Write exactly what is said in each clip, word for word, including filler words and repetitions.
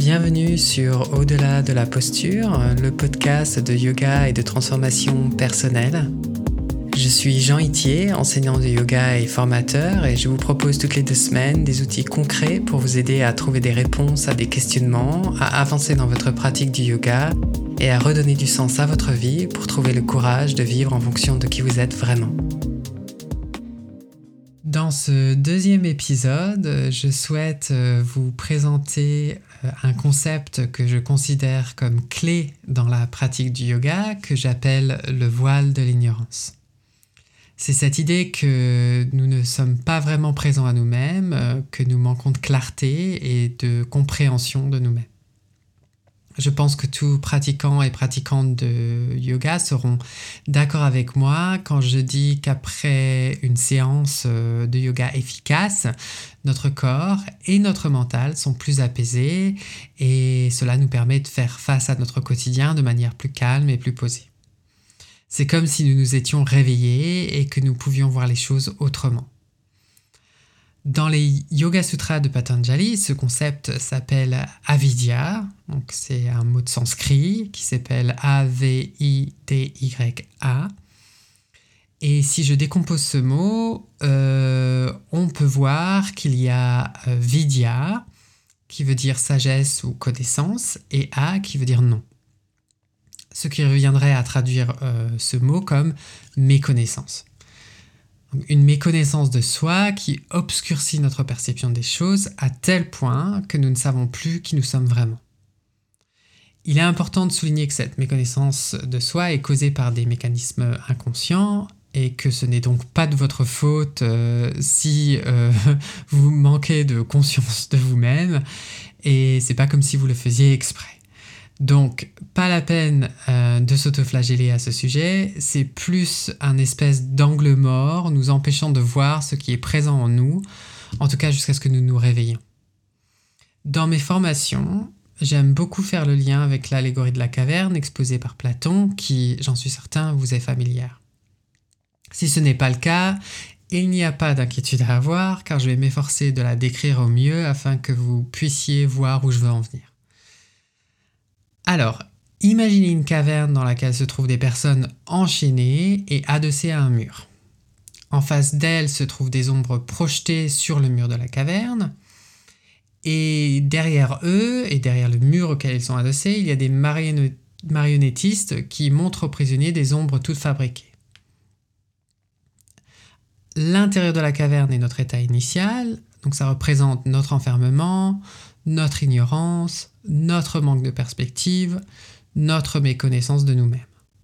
Bienvenue sur Au-delà de la posture, le podcast de yoga et de transformation personnelle. Je suis Jean Itier, enseignant de yoga et formateur, et je vous propose toutes les deux semaines des outils concrets pour vous aider à trouver des réponses à des questionnements, à avancer dans votre pratique du yoga et à redonner du sens à votre vie pour trouver le courage de vivre en fonction de qui vous êtes vraiment. Dans ce deuxième épisode, je souhaite vous présenter un concept que je considère comme clé dans la pratique du yoga, que j'appelle le voile de l'ignorance. C'est cette idée que nous ne sommes pas vraiment présents à nous-mêmes, que nous manquons de clarté et de compréhension de nous-mêmes. Je pense que tous pratiquants et pratiquantes de yoga seront d'accord avec moi quand je dis qu'après une séance de yoga efficace, notre corps et notre mental sont plus apaisés et cela nous permet de faire face à notre quotidien de manière plus calme et plus posée. C'est comme si nous nous étions réveillés et que nous pouvions voir les choses autrement. Dans les Yoga Sutras de Patanjali, ce concept s'appelle avidya, donc c'est un mot de sanskrit qui s'appelle A V I D Y A. Et si je décompose ce mot, euh, on peut voir qu'il y a euh, vidya, qui veut dire sagesse ou connaissance, et A qui veut dire non. Ce qui reviendrait à traduire euh, ce mot comme méconnaissance. Une méconnaissance de soi qui obscurcit notre perception des choses à tel point que nous ne savons plus qui nous sommes vraiment. Il est important de souligner que cette méconnaissance de soi est causée par des mécanismes inconscients et que ce n'est donc pas de votre faute euh, si euh, vous manquez de conscience de vous-même, et c'est pas comme si vous le faisiez exprès. Donc, pas la peine euh, de s'autoflageller à ce sujet, c'est plus un espèce d'angle mort nous empêchant de voir ce qui est présent en nous, en tout cas jusqu'à ce que nous nous réveillions. Dans mes formations, j'aime beaucoup faire le lien avec l'allégorie de la caverne exposée par Platon, qui, j'en suis certain, vous est familière. Si ce n'est pas le cas, il n'y a pas d'inquiétude à avoir, car je vais m'efforcer de la décrire au mieux afin que vous puissiez voir où je veux en venir. Alors, imaginez une caverne dans laquelle se trouvent des personnes enchaînées et adossées à un mur. En face d'elles se trouvent des ombres projetées sur le mur de la caverne. Et derrière eux, et derrière le mur auquel ils sont adossés, il y a des marionnettistes qui montrent aux prisonniers des ombres toutes fabriquées. L'intérieur de la caverne est notre état initial, donc ça représente notre enfermement, notre ignorance, notre manque de perspective, notre méconnaissance de nous-mêmes.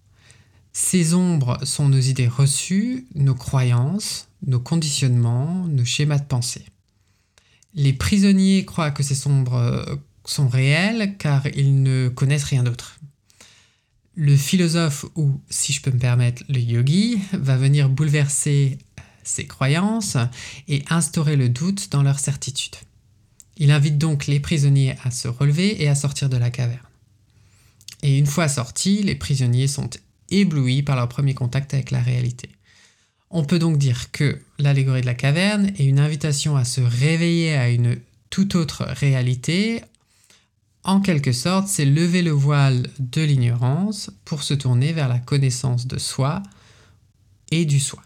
Ces ombres sont nos idées reçues, nos croyances, nos conditionnements, nos schémas de pensée. Les prisonniers croient que ces ombres sont réelles car ils ne connaissent rien d'autre. Le philosophe, ou si je peux me permettre, le yogi, va venir bouleverser ces croyances et instaurer le doute dans leur certitude. Il invite donc les prisonniers à se relever et à sortir de la caverne. Et une fois sortis, les prisonniers sont éblouis par leur premier contact avec la réalité. On peut donc dire que l'allégorie de la caverne est une invitation à se réveiller à une toute autre réalité. En quelque sorte, c'est lever le voile de l'ignorance pour se tourner vers la connaissance de soi et du soi.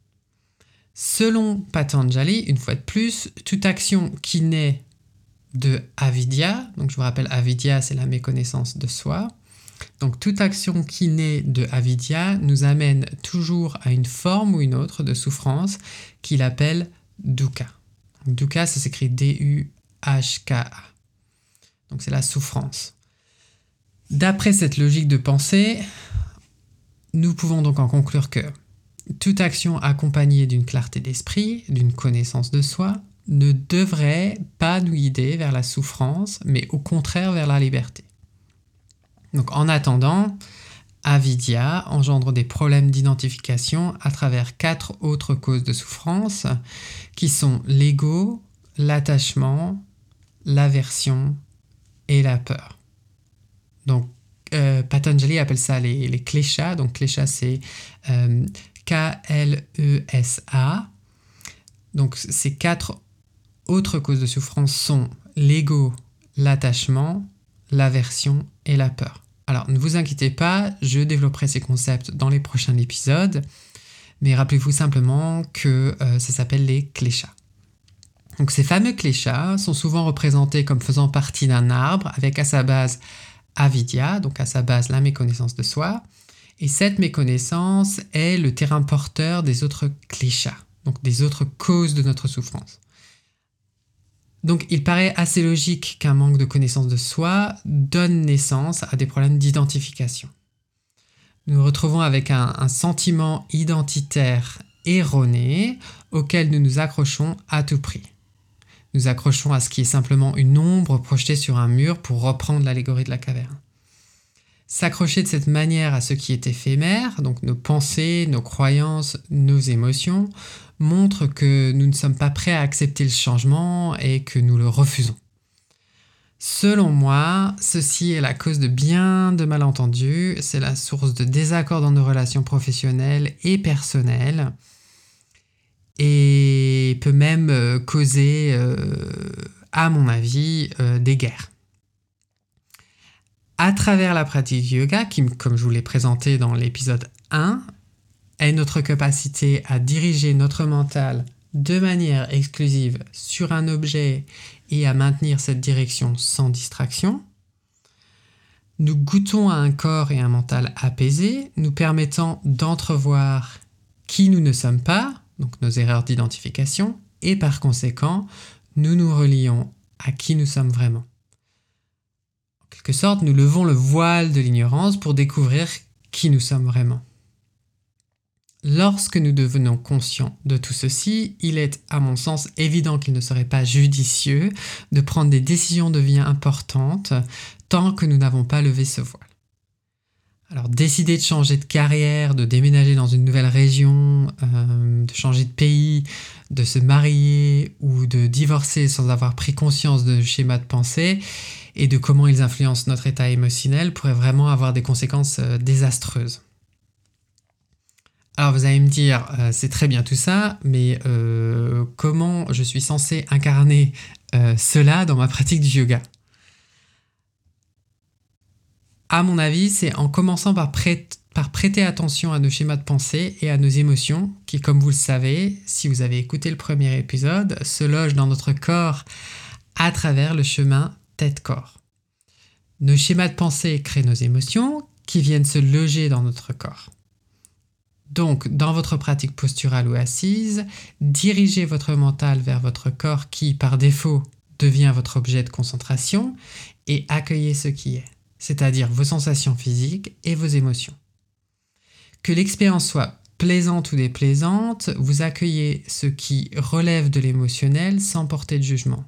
Selon Patanjali, une fois de plus, toute action qui naît de avidya, donc je vous rappelle avidya c'est la méconnaissance de soi, donc toute action qui naît de avidya nous amène toujours à une forme ou une autre de souffrance qu'il appelle dukkha. Donc, dukkha ça s'écrit D U H K A, donc c'est la souffrance. D'après cette logique de pensée, nous pouvons donc en conclure que toute action accompagnée d'une clarté d'esprit, d'une connaissance de soi, ne devrait pas nous guider vers la souffrance, mais au contraire vers la liberté. Donc en attendant, avidya engendre des problèmes d'identification à travers quatre autres causes de souffrance qui sont l'ego, l'attachement, l'aversion et la peur. Donc euh, Patanjali appelle ça les, les kleshas, donc klesha c'est euh, K L E S A. Donc ces quatre autres causes de souffrance sont l'ego, l'attachement, l'aversion et la peur. Alors ne vous inquiétez pas, je développerai ces concepts dans les prochains épisodes, mais rappelez-vous simplement que euh, ça s'appelle les kleshas. Donc ces fameux kleshas sont souvent représentés comme faisant partie d'un arbre avec à sa base avidya, donc à sa base la méconnaissance de soi, et cette méconnaissance est le terrain porteur des autres kleshas, donc des autres causes de notre souffrance. Donc il paraît assez logique qu'un manque de connaissance de soi donne naissance à des problèmes d'identification. Nous nous retrouvons avec un, un sentiment identitaire erroné auquel nous nous accrochons à tout prix. Nous accrochons à ce qui est simplement une ombre projetée sur un mur pour reprendre l'allégorie de la caverne. S'accrocher de cette manière à ce qui est éphémère, donc nos pensées, nos croyances, nos émotions, montre que nous ne sommes pas prêts à accepter le changement et que nous le refusons. Selon moi, ceci est la cause de bien de malentendus, c'est la source de désaccords dans nos relations professionnelles et personnelles et peut même euh, causer, euh, à mon avis, euh, des guerres. À travers la pratique du yoga, qui, comme je vous l'ai présenté dans l'épisode un, est notre capacité à diriger notre mental de manière exclusive sur un objet et à maintenir cette direction sans distraction. Nous goûtons à un corps et un mental apaisés, nous permettant d'entrevoir qui nous ne sommes pas, donc nos erreurs d'identification, et par conséquent, nous nous relions à qui nous sommes vraiment. En quelque sorte, nous levons le voile de l'ignorance pour découvrir qui nous sommes vraiment. Lorsque nous devenons conscients de tout ceci, il est, à mon sens, évident qu'il ne serait pas judicieux de prendre des décisions de vie importantes tant que nous n'avons pas levé ce voile. Alors, décider de changer de carrière, de déménager dans une nouvelle région, euh, de changer de pays, de se marier ou de divorcer sans avoir pris conscience de schémas de pensée et de comment ils influencent notre état émotionnel pourrait vraiment avoir des conséquences euh, désastreuses. Alors vous allez me dire, euh, c'est très bien tout ça, mais euh, comment je suis censé incarner euh, cela dans ma pratique du yoga ? À mon avis, c'est en commençant par, prêt, par prêter attention à nos schémas de pensée et à nos émotions, qui, comme vous le savez, si vous avez écouté le premier épisode, se logent dans notre corps à travers le chemin tête-corps. Nos schémas de pensée créent nos émotions, qui viennent se loger dans notre corps. Donc, dans votre pratique posturale ou assise, dirigez votre mental vers votre corps qui, par défaut, devient votre objet de concentration et accueillez ce qui est, c'est-à-dire vos sensations physiques et vos émotions. Que l'expérience soit plaisante ou déplaisante, vous accueillez ce qui relève de l'émotionnel sans porter de jugement.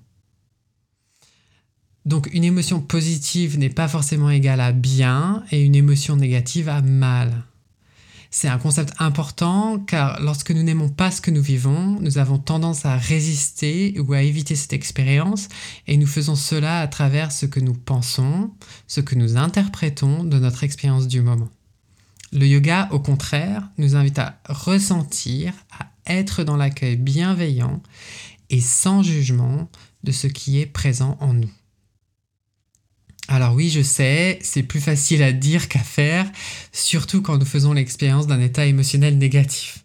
Donc, une émotion positive n'est pas forcément égale à bien et une émotion négative à mal. C'est un concept important car lorsque nous n'aimons pas ce que nous vivons, nous avons tendance à résister ou à éviter cette expérience et nous faisons cela à travers ce que nous pensons, ce que nous interprétons de notre expérience du moment. Le yoga, au contraire, nous invite à ressentir, à être dans l'accueil bienveillant et sans jugement de ce qui est présent en nous. Alors oui, je sais, c'est plus facile à dire qu'à faire, surtout quand nous faisons l'expérience d'un état émotionnel négatif.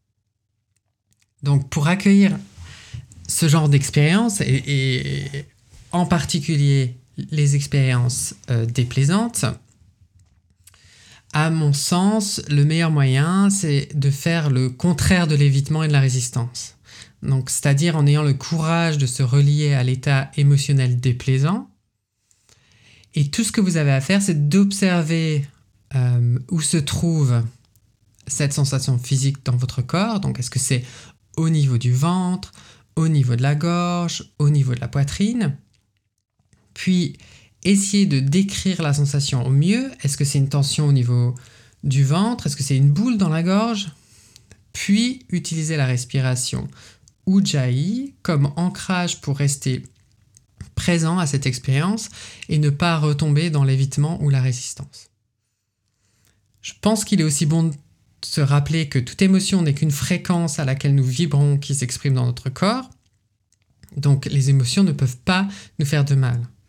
Donc pour accueillir ce genre d'expérience, et, et en particulier les expériences euh, déplaisantes, à mon sens, le meilleur moyen, c'est de faire le contraire de l'évitement et de la résistance. Donc, c'est-à-dire en ayant le courage de se relier à l'état émotionnel déplaisant. Et tout ce que vous avez à faire, c'est d'observer euh, où se trouve cette sensation physique dans votre corps. Donc, est-ce que c'est au niveau du ventre, au niveau de la gorge, au niveau de la poitrine ? Puis, essayez de décrire la sensation au mieux. Est-ce que c'est une tension au niveau du ventre ? Est-ce que c'est une boule dans la gorge ? Puis, utilisez la respiration Ujjayi comme ancrage pour rester présent à cette expérience et ne pas retomber dans l'évitement ou la résistance. Je pense qu'il est aussi bon de se rappeler que toute émotion n'est qu'une fréquence à laquelle nous vibrons qui s'exprime dans notre corps. Donc les émotions ne peuvent pas nous faire de mal.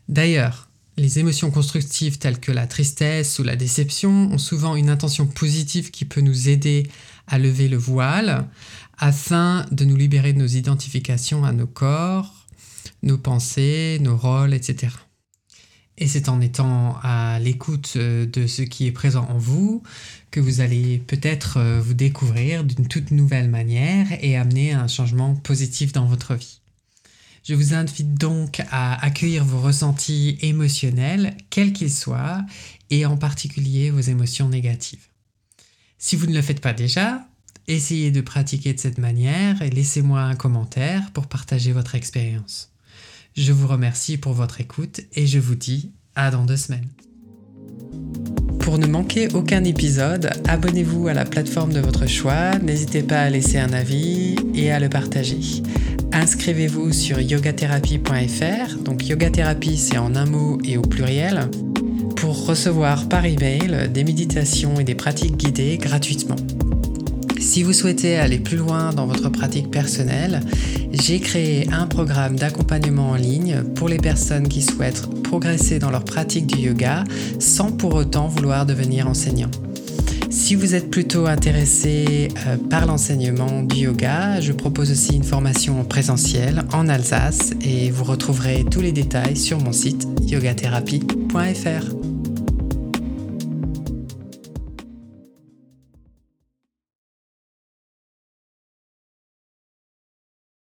D'ailleurs, les émotions constructives telles que la tristesse ou la déception ont souvent une intention positive qui peut nous aider à lever le voile afin de nous libérer de nos identifications à nos corps, nos pensées, nos rôles, et cetera. Et c'est en étant à l'écoute de ce qui est présent en vous que vous allez peut-être vous découvrir d'une toute nouvelle manière et amener un changement positif dans votre vie. Je vous invite donc à accueillir vos ressentis émotionnels, quels qu'ils soient, et en particulier vos émotions négatives. Si vous ne le faites pas déjà, essayez de pratiquer de cette manière et laissez-moi un commentaire pour partager votre expérience. Je vous remercie pour votre écoute et je vous dis à dans deux semaines. Pour ne manquer aucun épisode, abonnez-vous à la plateforme de votre choix, n'hésitez pas à laisser un avis et à le partager. Inscrivez-vous sur yogatherapy point f r, donc yogatherapy c'est en un mot et au pluriel, pour recevoir par email des méditations et des pratiques guidées gratuitement. Si vous souhaitez aller plus loin dans votre pratique personnelle, j'ai créé un programme d'accompagnement en ligne pour les personnes qui souhaitent progresser dans leur pratique du yoga sans pour autant vouloir devenir enseignant. Si vous êtes plutôt intéressé euh, par l'enseignement du yoga, je propose aussi une formation en présentiel en Alsace et vous retrouverez tous les détails sur mon site yogatherapy point f r.